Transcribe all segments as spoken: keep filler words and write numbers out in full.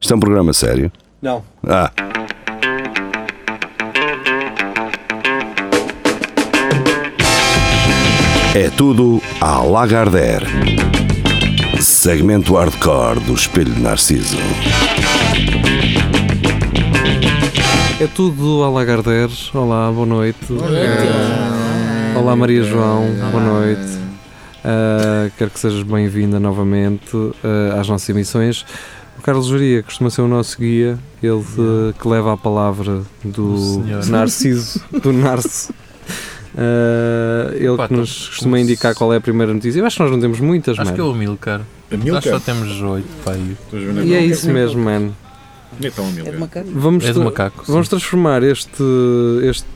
Isto é um programa sério? Não. Ah. É tudo à Lagardère. Segmento hardcore do Espelho de Narciso. É tudo à Lagardère. Olá, boa noite. Olá, Olá Maria João, boa noite. Uh, quero que sejas bem-vinda novamente uh, às nossas emissões. O Carlos Juria costuma ser o nosso guia, ele uh, que leva a palavra do Narciso, do Narciso. Uh, ele Pá, que nos costuma indicar qual é a primeira notícia. Eu acho que nós não temos muitas, mano. Acho que é o Amilcar. Acho que só temos oito, pai. E é isso mesmo, mano. É tão é de macaco. Vamos, é de macaco, vamos transformar este este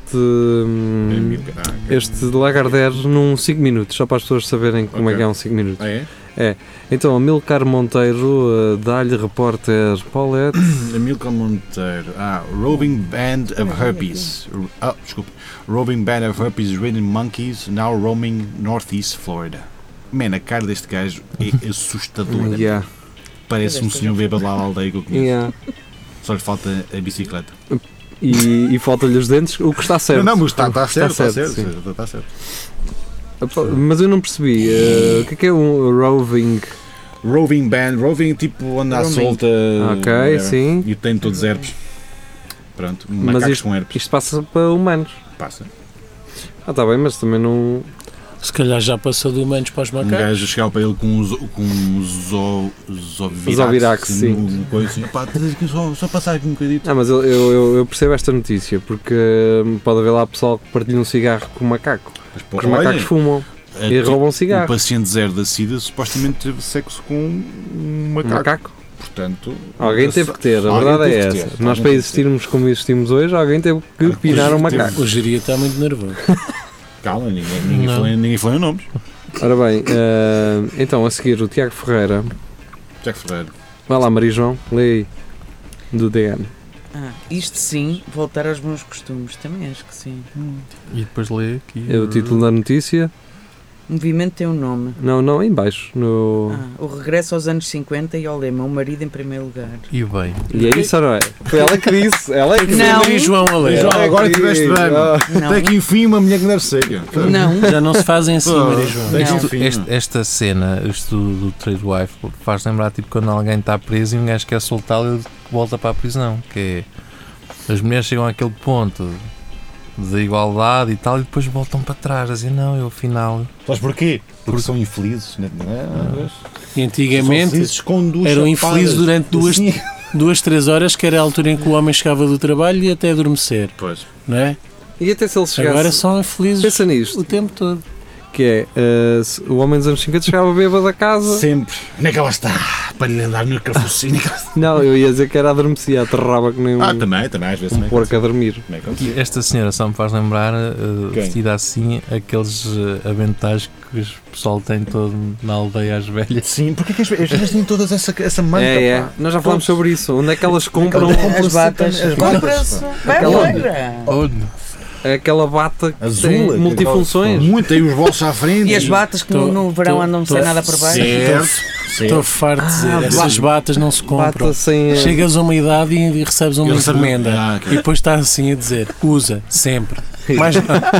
é este Lagardère num cinco minutos, só para as pessoas saberem como okay. é que é um cinco minutos. Ah, é? É. Então, Amilcar Monteiro, uh, dá-lhe repórter Paulette. Amilcar Monteiro. Ah, Roving Band of Herpes. Ah, desculpa. Roving Band of Herpes Ridden Monkeys now roaming Northeast Florida. Man, a cara deste gajo é assustadora. Yeah. Parece um senhor bêbado lá da aldeia que eu conheço. Yeah. Só lhe falta a bicicleta. E, e falta-lhe os dentes, o que está certo. Não, não, mas está, está, está certo, certo, está, certo, está, está certo. Mas eu não percebi. Uh, o que é que é um roving? Roving Band, roving tipo anda à solta. Ok, whatever. Sim. E tem todos herpes. Pronto, macacos mas isto, com herpes. Isto passa para humanos. Passa. Ah, está bem, mas também não. Se calhar já passou de humanos para os macacos. Um gajo chegava para ele com os com os Zovirax, sim. Um, coisa assim, pá, só, só passar aqui um bocadinho. Ah, mas eu, eu, eu percebo esta notícia, porque pode haver lá pessoal que partilha um cigarro com um macaco. Mas, pô, os olha, macacos fumam a, e roubam cigarro. O paciente zero da SIDA supostamente teve sexo com um macaco. Um macaco? Portanto, alguém teve que ter, a verdade é essa. Ter, Nós para existirmos como existimos hoje, alguém teve que pinar um macaco. O Geria está muito nervoso. Calma, ninguém, ninguém, falou, ninguém falou em nomes. Ora bem, uh, então a seguir o Tiago Ferreira. Tiago Ferreira. Vai lá, Maria João, lê aí, do D N. Ah, isto sim, voltar aos meus costumes, também acho que sim. Hum. E depois lê aqui. É o título da notícia. O movimento tem um nome. Não, não, em baixo. No... Ah, o regresso aos anos cinquenta e ao lema, o marido em primeiro lugar. E bem. E é isso ou não é? Foi ela que disse. Ela é que disse. Não. E João a ler. João, agora tiveste bem. Até aqui enfim uma mulher que deve ser. Não. Já não se fazem assim, Maria João. Isto, este, esta cena, isto do, do Trade Wife, faz lembrar tipo quando alguém está preso e um gajo quer soltá-lo e volta para a prisão. Que é, as mulheres chegam àquele ponto da igualdade e tal e depois voltam para trás, assim, não, eu afinal... Sabes porquê? Porque são infelizes, não é? Ah. E antigamente eram infelizes durante duas, assim. duas, três horas, que era a altura em que o homem chegava do trabalho e até adormecer. Pois. Não é? E até se ele chegasse... Agora são infelizes pensa nisto. O tempo todo. Que é, uh, o homem dos anos cinquenta chegava bêbado da casa. Sempre. Onde é que ela está? Para lhe dar no carrocinho. Não, eu ia dizer que era adormecia, aterrava que nem um, ah, também, também, às vezes um porco a dormir. E esta senhora só me faz lembrar, uh, vestida assim, aqueles uh, aventais que o pessoal tem todo na aldeia às velhas. Sim, porque é que as velhas têm todas essa, essa manta? É, é. Nós já falámos sobre isso. Onde é que elas compram as batas? Compra-se. Vai Onde? Aquela bata que azul, tem multifunções. Muito, tem os bolsos à frente. E as batas que tô, no verão tô, andam tô, sem nada por baixo. Estou farto de dizer, ah, essas batas não se compram. Sem, chegas a uma idade e recebes uma encomenda ah, okay. E depois estás assim a dizer, usa, sempre. Mais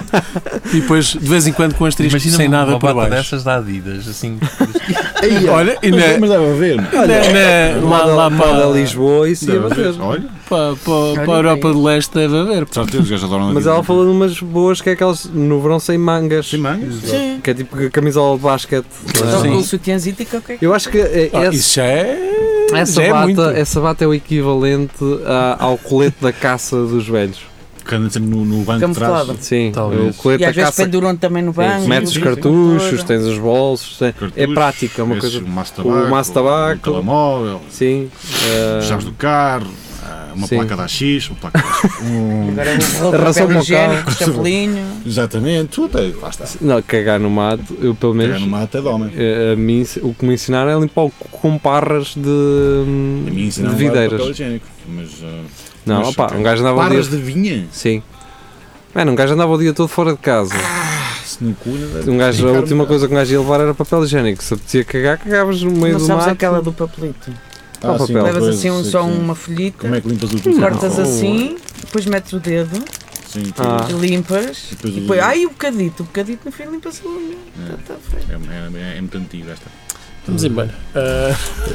e depois de vez em quando com as tristes sem uma, nada uma por baixo. Dessas da Adidas, assim. Olha, e na, mas deve haver. Olha, lá, lá, lá para Lisboa isso ia bater. Olha. Para, para, para a Europa de Leste deve haver. Mas ela falou de umas boas que é aquelas no verão sem mangas. Sem mangas? Sim. Que é tipo a camisola de basquete. Só com o sutiãzito e qualquer coisa. Eu acho que é, ah, isso já é. Essa, já bata, é essa bata é o equivalente a, ao colete da caça dos velhos. Que anda sempre no, no banco de trás. Sim, talvez. O colete e às da vezes caça. penduram também no banco. Metes os cartuchos, tens os bolsos. Tem... Cartuchos, é prática, uma coisa. O maço de tabaco, o maço de tabaco, o telemóvel, sim, uh... chaves do carro, uma sim. placa da X, uma placa da X. Um... Agora o papel higiênico, chapelinho. Exatamente, tudo é, lá está. Não, cagar no mato, eu pelo menos. Cagar no mato é de homem. A, a mim, o que me ensinaram é limpar com parras de, a mim de videiras. Papel higiênico, mas, uh, não, mas, opa, um gajo andava parras dia... de vinha? Sim. Mano, um gajo andava o dia todo fora de casa. Ah, se não cuida, um gajo, a última coisa que um gajo ia levar era papel higiênico. Se apetecia cagar, cagavas no meio não do sabes mato. Aquela do papelito? Qual Ah, sim, papel? Levas pois, assim um, sim, só sim. uma folhita, Como é que limpas o pulso? cortas Não. assim, depois metes o dedo, Sim, Ah. limpas, E depois e o- depois, ai o bocadito, o bocadito no fim limpas a unha. É. Tá, tá feito. É, é, é muito antigo esta. Vamos embora. Ah,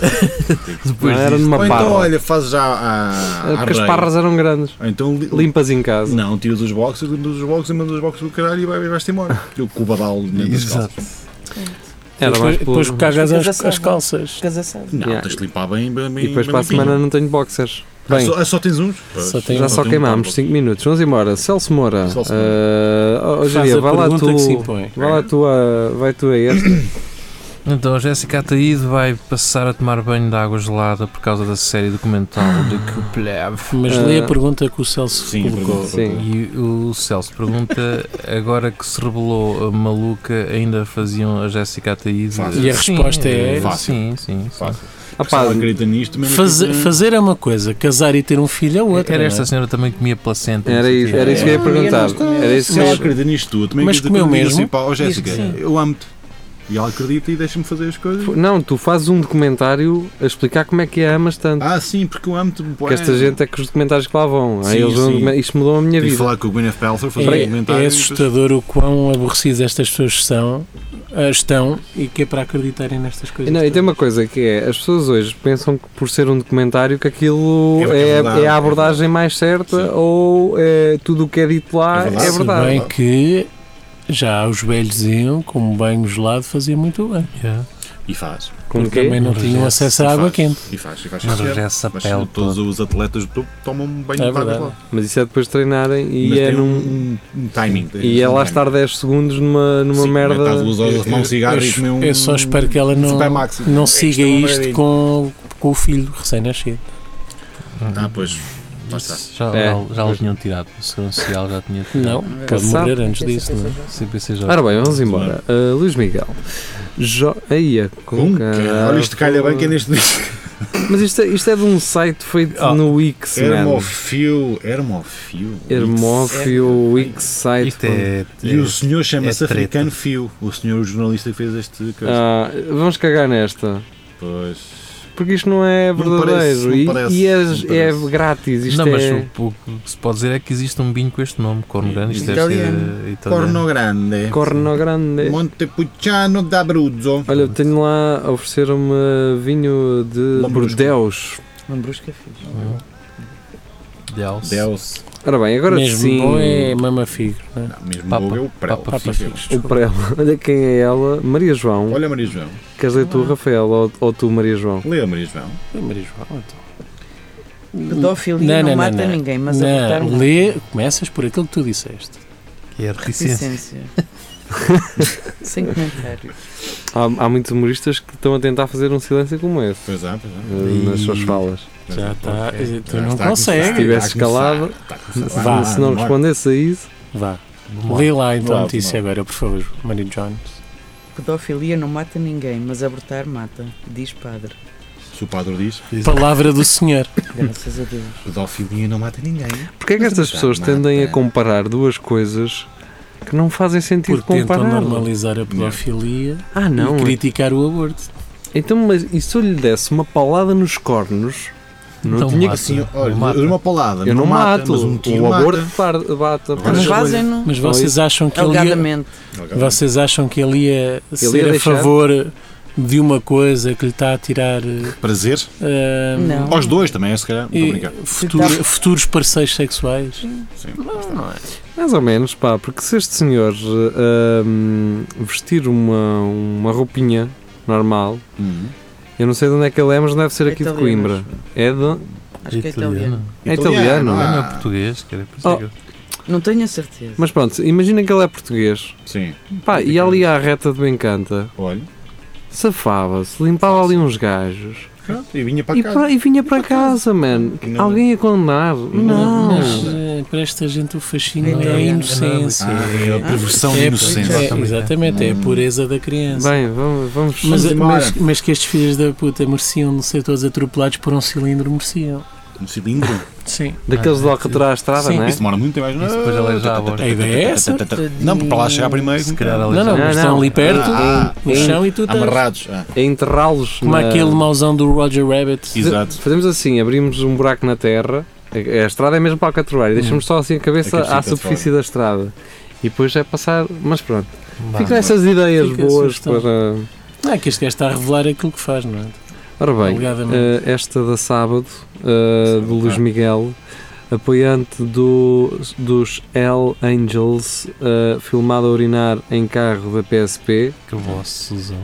Depois Não, era disto, numa Ou então, parra. olha, fazes já a. É porque as parras eram grandes. Ou então li- Limpas em casa. Não, tiras os boxes, limpas os boxes, mandas os boxes do caralho e vai- vais-te embora. Eu com o badal dentro das Exato. calças. Era depois mais depois pelo- cagas Ficas as, assado. as calças. Ficas assado. Não, Yeah. tens de limpar bem, bem, bem E depois bem para a limpinho. semana não tenho boxers. Ah, Bem, só, ah, só tens uns? Só tem- já só tem um queimámos par. cinco minutos. Vamos embora. Celso Moura. Celso eh, oh, Faz Jeria, a vai lá pergunta tu. que se impõe. Vai lá tu a, vai tu a este. Então, a Jéssica Ataíde vai passar a tomar banho de água gelada por causa da série documental de Kuplev. Mas Ah. lê a pergunta que o Celso Sim, a colocou. pergunta. Sim. E o Celso pergunta, agora que se revelou a maluca, ainda faziam a Jéssica Ataíde? Fácil. E a resposta é- Fácil. Sim, sim. sim. Fácil. Ah, Se pá, ela acredita nisto, mesmo Fazer, que- fazer é uma coisa, casar e ter um filho é outra. Era não é? esta senhora também que comia placenta. era não sei o isso, quê. era isso que eu ia É. perguntar. Era isso Se que eu ela ia acredita nisto tudo, também Mas acredita comeu quando diz mesmo? assim, pá, ó Jéssica, Diz que sim. eu amo-te. E ela acredita e deixa-me fazer as coisas. Não, tu fazes um documentário a explicar como é que a amas tanto. Ah, sim, porque eu amo-te. Porque esta gente é que os documentários que lá vão. Aí Sim, eles vão- sim. isto mudou a minha Tem que vida. falar com o Gwyneth Paltrow, fazer um É, comentário. é e assustador o quão aborrecidas estas pessoas são, ah, estão e que é para acreditarem nestas coisas. Não, e tem todas. uma coisa que é, as pessoas hoje pensam que por ser um documentário que aquilo É- é é, verdade, é a é abordagem mais certa Sim. ou é, tudo o que é dito lá É é verdade. Se verdade. bem que já os velhos iam, com um banho gelado fazia muito bem. Yeah. E faz. Como Porque que também não Mas tinham é- acesso E à água faz. quente. E faz. E faz. Mas sim, senhor. essa Mas pele todos toda. os atletas do topo tomam um banho É de água verdade. lá. Mas isso é depois de treinarem e Mas é tem num. um, um timing. tem E é um lá timing. estar dez segundos numa, numa Sim, merda. está duas horas a fumar um cigarro eu, e comer um. eu só espero que ela não, Super Max. não É, siga isto é uma isto maravilha. com, com o filho recém-nascido. Ah, pois. Lá está. Isso Já, É. já, já o tinham tirado. A Segurança Social já tinha tirado. Não, pode Caçado. morrer antes disso, não é? C P C já. Ora bem, vamos embora. Uh, Luís Miguel. Jo... Aí, é com Um, cara- cara, olha, isto calha bem que é neste disco. Mas isto é, isto é de um site feito Oh. no Wix, man. Hermofio. Hermofio. Hermófio, Wix site. Isto é. E o senhor chama-se é treta. Africano Fio. O senhor o jornalista que fez este coisa. Ah, vamos cagar nesta. Pois. Porque isto não é Não verdadeiro parece, não e, parece, e é, não é parece. grátis. Isto Não, mas é... o, o que se pode dizer é que existe um vinho com este nome, Corno Grande. Isto deve Italiano. ser italiano. Corno Grande. Corno Grande. Montepulciano d'Abruzzo. Olha, eu tenho lá a oferecer-me vinho de Lambrusco. Bordeus. Lambrusco é fixe. Hum. Deus. Deus. Ora bem, agora Mesmo sim. bom é mama figo, não é? Não, mesmo Papa- bom é o prel. Papa Papa Figo. Figos. O prela. Olha quem é ela. Maria João. Olha Maria João. Queres ler tu, Rafael, ou, ou tu, Maria João? Lê a Maria João. É Maria João, então. Pedofilia não, mata ninguém, mas abortar não, mata. lê, começas por aquilo que tu disseste. Que é reticência. Reticência. Sem comentário. Há, há muitos humoristas que estão a tentar fazer um silêncio como esse. Pois é, pois é. eh, Nas suas falas. Pois Já é. está, Ok. tu Já não está a consegues. começar, Se tivesse está a começar, escalado, está a começar. Se, Vá, se não vá, respondesse a isso. Vá. Vamos Lê lá. lá então a Vá, notícia vá. agora, por favor, Maria Jones. Pedofilia não mata ninguém, mas abortar mata, diz padre. Se o padre diz, Palavra do Senhor. Graças a Deus. pedofilia não mata ninguém. Porquê é que estas pessoas tendem a comparar duas coisas que não fazem sentido Porque tentam comparar? normalizar a pedofilia Ah, não. e criticar o aborto. Então, mas e se eu lhe desse uma palada nos cornos? Não, Não tinha mata. que. Assim, olha, Não mata. uma paulada. Eu não, mata, mato. mas um tiro o mata. aborto par- bate. Agora Mas já fazem-no, Mas vocês acham que ele ia, alegadamente. vocês acham que ele ia ser ia a deixar? favor de uma coisa que lhe está a tirar Prazer? ah, Não. Aos dois também, se calhar. Estou a e brincar. futura- futuros parceiros sexuais? Sim. Não, não é. Mais ou menos, pá, porque se este senhor eh, hum, vestir uma, uma roupinha normal, Uhum. eu não sei de onde é que ele é, mas não deve ser É aqui de italiano, Coimbra. acho. É de. Acho que é italiano. É italiano. Não é ah. português, que era por Oh. isso que eu- Não tenho a certeza. Mas pronto, imagina que ele é português. Sim. Pá, e ali à reta de Bencanta, Olha. safava-se, limpava ali uns gajos E vinha para e, cá. pra- e vinha para casa, man. Não. Alguém ia condenar? Não. Mas eh, para esta gente o fascínio É é a italiano. inocência. Ah, é a perversão É, de é, inocência. é, exatamente, é a pureza da criança. Bem, vamos. vamos Mas, Vamos embora. mas, mas que estes filhos da puta mereciam de ser todos atropelados por um cilindro, mereciam. Um cilindro. Sim. Daqueles de alcaturar a estrada, Sim. não é? Isso demora muito mais. Isso depois ela já A ideia é essa? Não, para lá chegar primeiro. Se calhar Não, ela não, já- mas não. estão ali perto, Ah, no chão e tu estás. amarrados. Ah, É enterrá-los. Como na- aquele mauzão do Roger Rabbit. exato. Fazemos assim, abrimos um buraco na terra, a, a estrada é mesmo para alcatruar, e deixamos só assim a cabeça A cabecita à de superfície da estrada. E depois é passar, mas pronto. Vá. Ficam essas ideias Fica a boas sugestão. para... Não é que este gajo está a revelar aquilo que faz, não é? Ora bem, Alegadamente. eh, esta da sábado, eh, do Luís Miguel, apoiante do, dos Hell Angels, eh, filmado a urinar em carro da P S P. Que vosso Suzão.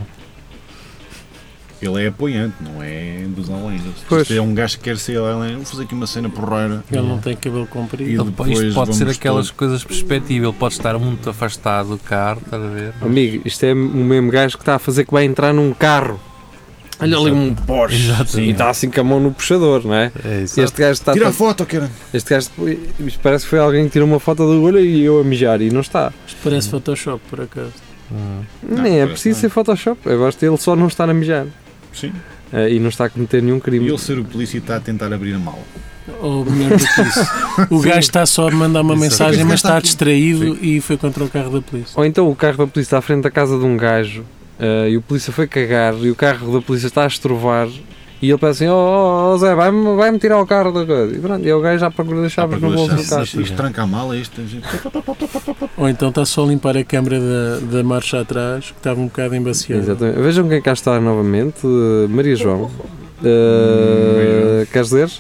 Ele é apoiante, não é dos Além. Pois. Isto é um gajo que quer ser Além. Vou fazer aqui uma cena porreira. Ele não tem cabelo comprido. E Ele- depois isto pode ser vamos aquelas todos- coisas de perspectiva. Ele pode estar muito afastado do carro, estás a ver? Amigo, isto é o mesmo gajo que está a fazer que vai entrar num carro. Olha ali um Porsche. Exato. E está assim com a mão no puxador, não é? É isso. Este gajo está... Tira a foto, cara. Este gajo, isto parece que foi alguém que tirou uma foto do olho e eu a mijar, e não está. Isto parece Photoshop, por acaso. Hum. Não, Nem é parece preciso não. ser Photoshop, eu gosto dele só não estar a mijar. Sim. Eh, e não está a cometer nenhum E crime. ele ser o polícia está a tentar abrir a mala. Ou melhor do que isso. O gajo está só a mandar uma Exato. mensagem, mas está Aqui. distraído e foi contra o carro da polícia. Ou então o carro da polícia está à frente da casa de um gajo eh, e o polícia foi cagar e o carro da polícia está a estrovar e ele pensa assim, oh, oh, oh Zé, vai-me vai tirar o carro da coisa. E pronto, e é o gajo já procura das chaves no bolso do carro. Isto tranca a mala, isto. Ou então está só a limpar a câmara da, da marcha atrás, que estava um bocado embaciada. Exatamente. Vejam quem cá está novamente, eh, Maria João. Eh, queres ler?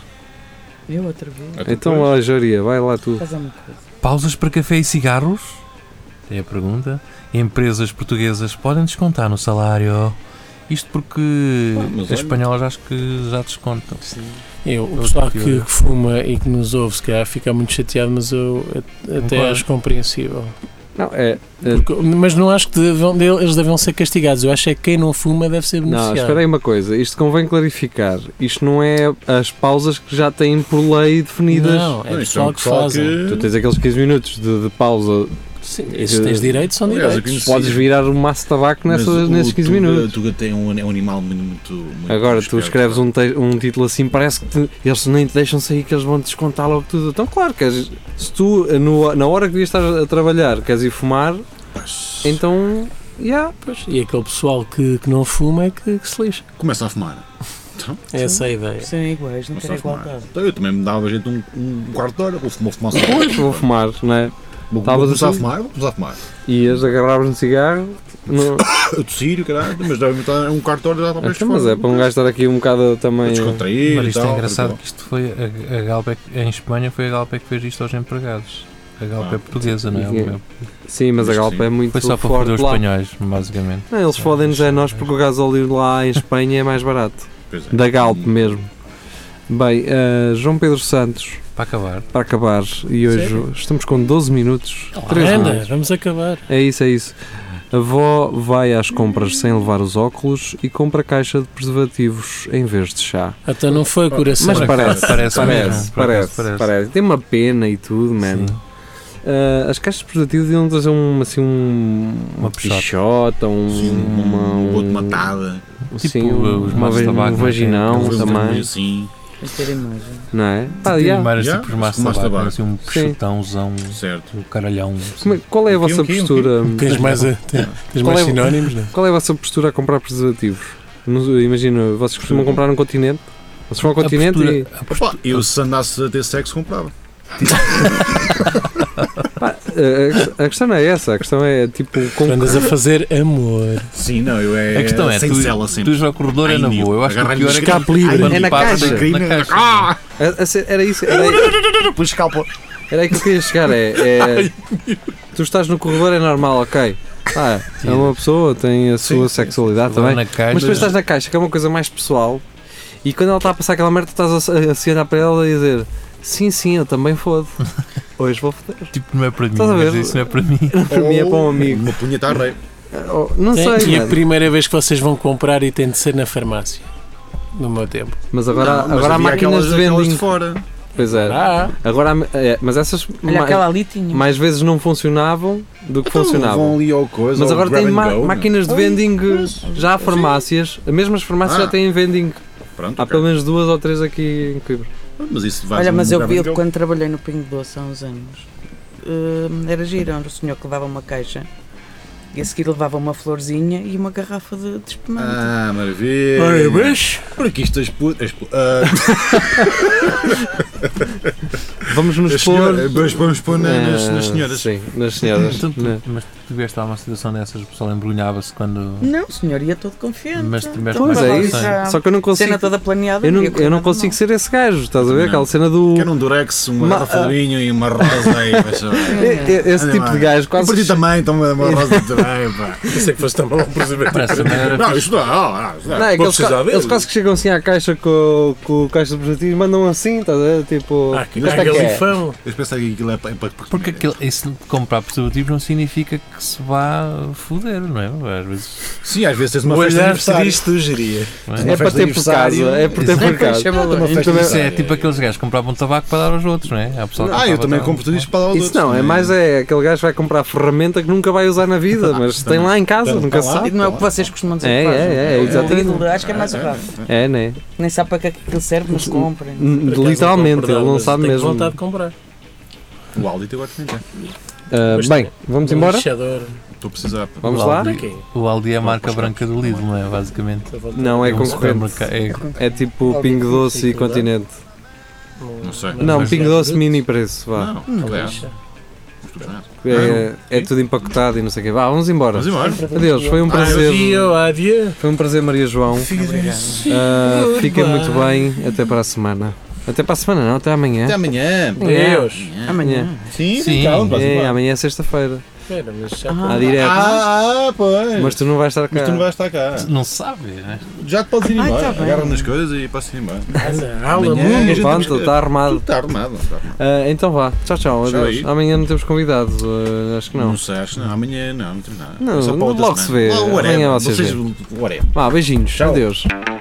Eu outra vez. Então, ó, Jaria, vai lá tu. Faz alguma coisa. Pausas para café e cigarros? É a pergunta. Empresas portuguesas podem descontar no salário? Isto porque Ah, mas as olha- espanholas acho que já descontam. Eu, o Outra pessoal que, teoria. que fuma e que nos ouve, se calhar, fica muito chateado, mas eu a- até Concordo. acho compreensível. Não, é. é- Porque- mas não acho que devam- eles devem ser castigados. Eu acho é que quem não fuma deve ser Não, beneficiado. espera aí uma coisa, isto convém clarificar. Isto não é as pausas que já têm por lei definidas. Não, é Não, o isto é pessoal um que pessoal fazem. Tu tens aqueles quinze minutos de, de pausa, Sim, esses tens direito, são Aliás, direitos. aqui podes virar um maço de tabaco Mas nessas, o nesses quinze Tuga- minutos. Tuga tem um, é um animal muito. muito Agora, tu esperto, escreves pá. um, te- um título assim, parece que te- eles nem te deixam sair, que eles vão descontar logo tudo. Então, claro, queres, se tu, no- na hora que devias estar a trabalhar, queres ir fumar, Pois, então, já. Pois, e aquele pessoal que, que não fuma é que, que se lixa. começa a fumar. Então, Essa é a ideia. São iguais, não começa quero a fumar. igualdade. Então, eu também me dava jeito um, um quarto de hora. Vou fumar, vou fumar só. Pois, vou fumar, não é? Vou, vou Estavas começar a assim? fumar, vou começar a fumar. Ias, agarravas no cigarro. No... Eu tossir, caralho, mas deve estar um quarto de hora já está para Então, mas é para um gajo estar aqui um bocado também. descontrair. Mas e isto tal, é engraçado tal. que isto foi a, a Galp é que- em Espanha foi a Galp é que fez isto aos empregados. A Galp Ah. é portuguesa, não é? E- Sim, mas a Acho que Galpa sim. é muito Foi só para forte foder os lá. espanhóis, basicamente. Não, eles fodem-nos é nós porque o gasóleo lá em Espanha é mais barato. Pois é. Da Galp mesmo. Bem, eh, João Pedro Santos, Para acabar. para acabar, e hoje Sério? estamos com doze minutos. três Anda, minutos. vamos acabar. É isso, é isso. A avó vai às compras sem levar os óculos e compra caixa de preservativos em vez de chá. Até não foi coração. Mas Por parece, acaso, parece, parece parece, mesmo, por parece, acaso, parece, parece. Tem uma pena e tudo, man. Sim. Uh, as caixas de preservativos deviam trazer um, assim, um, Uma uma puxota. pichota, um, Sim, uma, um boto um, matada. sim, Tipo, um, os uma, maços de um tabaco, não é? vaginão Aqueles também, Assim, Mas ter imagem. não é? Pá, Tem yeah. vários Já? tipos de Mas massa com massa de de tabaco, tabaco. assim, um puxotãozão, certo. um caralhão. Como é- Qual é a O quê, vossa o quê, o quê? postura? Tens mais, a, tens Qual mais é o- sinónimos, não é? Qual é a vossa postura a comprar preservativos? Não- Imagina, vocês costumam comprar num continente? Vocês vão ao A continente postura- e. a postura- Opa, eu se andasse a ter sexo comprava. Pá, a, a questão não é essa, a questão é tipo. Com... Tu andas a fazer amor. Sim, não, eu é. A questão é, sem tu, cela sempre. tu já o corredor é na Ai, boa. Eu acho que o agarrar-lhe pior os é que escape livre. quando É na passas caixa. na caixa. Ah! A- a ser- Era isso, era aí, Depois escalpa. era aí que eu queria chegar. É, é- tu estás no corredor, é normal, ok. Ah, é uma pessoa, tem a sua sim, sexualidade Agora também. na caixa. Mas depois estás na caixa, que é uma coisa mais pessoal, e quando ela está a passar aquela merda, tu estás a, a se olhar para ela e a dizer: sim, sim, eu também fodo. Hoje vou foder. Tipo, não é para mim, Estás a ver? mas isso não é para mim. Para mim é para um amigo. Uma punheta a rei. Oh, não Tem- sei, e a mano. primeira vez que vocês vão comprar e tem de ser na farmácia. No meu tempo. Mas agora, Não, mas agora há havia máquinas aquelas- de aquelas vending. de fora. Pois é. Ah, Agora, há- é, mas essas Olha, ma- aquela ali tinha. mais vezes não funcionavam do que Então, funcionavam. Vão ali ao coisa, Mas ao agora grab tem and ma- go, máquinas de não? vending, pois, já há sim. farmácias, as mesmas farmácias Ah. já têm vending. Pronto, Há ok. pelo menos duas ou três aqui em Coimbra. Mas isso vai Olha, mas eu vi que quando trabalhei no Pingo Doce há uns anos. Uh, era giro, era o senhor que levava uma caixa e a seguir levava uma florzinha e uma garrafa de, de espumante. Ah, maravilha. Ora, mas... Por aqui isto é expo... Uh, Vamos nos as pôr. senhora- vamos vamos pôr na- nas, nas Ah, senhoras. Sim, nas senhoras. Tu- tu- Na- Mas tu tiveste lá uma situação dessas, o pessoal embrulhava-se quando. Não, o senhor ia todo confiante. Mas tiveste Então, Pois mais é agora isso. já- Só que eu não consigo. Cena toda planeada. Eu não, ia correr eu não nada consigo mal. ser esse gajo, estás a ver? Não. Aquela cena do. Quero um Durex, uma Ma- garrafa de vinho e uma rosa aí. Vai saber. E- e- Esse Anda tipo lá. de gajo E quase. por ti também, toma uma rosa de também, pá. Pensei que fosse também um preservativo. Parece também era Não, fixe. isto não, não, isto não. Não, é que Vou eles, precisar ca- dele. eles quase que chegam assim à caixa com, com o caixa de preservativos e mandam assim, estás a ver? Tipo. Ah, que isto é que é. galifão. Eu pensei que aquilo é para, é para Porque aquilo, isso de comprar preservativos não significa que se vá foder, não é? Às vezes. Sim, às vezes tens uma O festa de olhar aniversário. triste do geria. Não é? É para festa ter de por casa, aniversário. é por ter por casa. É uma festa Também- Isso é tipo aqueles gajos que compravam tabaco para dar aos outros, não é? Há pessoal que Ah, eu comprava também tabaco. compro tudo isto para dar aos Isso outros. não, é mais é aquele gajo que vai comprar ferramenta que nunca vai usar na vida, mas tem lá em casa, Tá- nunca tá lá. sabe. E não é o que vocês costumam dizer. É, que fazem. é, é, O exatamente. Lidl, acho que é mais o Rafa. É, né? Nem sabe para que é que aquilo serve, mas comprem. N- Por acaso Literalmente, compro ele nada, não mas sabe tenho mesmo. vontade de comprar. O Aldi eu gosto muito. Ah, Mas bem, vamos Um embora? lixador. Estou a precisar. pá. Vamos O lá? Aldi- Aqui. O Aldi é a marca branca do Lidl, não é? Basicamente. Não, é um concorrente. supermercado- é- É tipo Pingo Doce e Continente. Não sei. Não, Mas- Pingo Doce mini preço, vá. Não, Não é. Lixa. É, é tudo empacotado e não sei o quê. Vá, vamos embora. Vamos embora. Adeus, foi um Ah, prazer. Adio, adio. Foi um prazer, Maria João. Ah, fiquem muito bem. Até para a semana. Até para a semana, não, até amanhã. Até amanhã. Deus. Amanhã. Sim, Sim. calma, vamos É, embora. amanhã é sexta-feira. Espera, mas já Ah. Há direto. Ah, ah, pois. Mas tu não vais estar cá. Mas tu não vais estar cá. Não se sabe, né? Já te podes ir Ai, embora. tá bem. Agarra nas coisas e podes ir embora. Ala, Amanhã- mundo. gente Pronto, temos que- está armado. Está arrumado. Está arrumado. Ah, então vá. Tchau, tchau. Tchau Adeus. aí. Amanhã não temos convidados. ah, acho que não. Não sei, acho que não. Amanhã não, não temos nada. Não, É só para outra logo se semana. vê. Whatever. Amanhã vocês Vocês, whatever. Vá, beijinhos. Tchau. Adeus.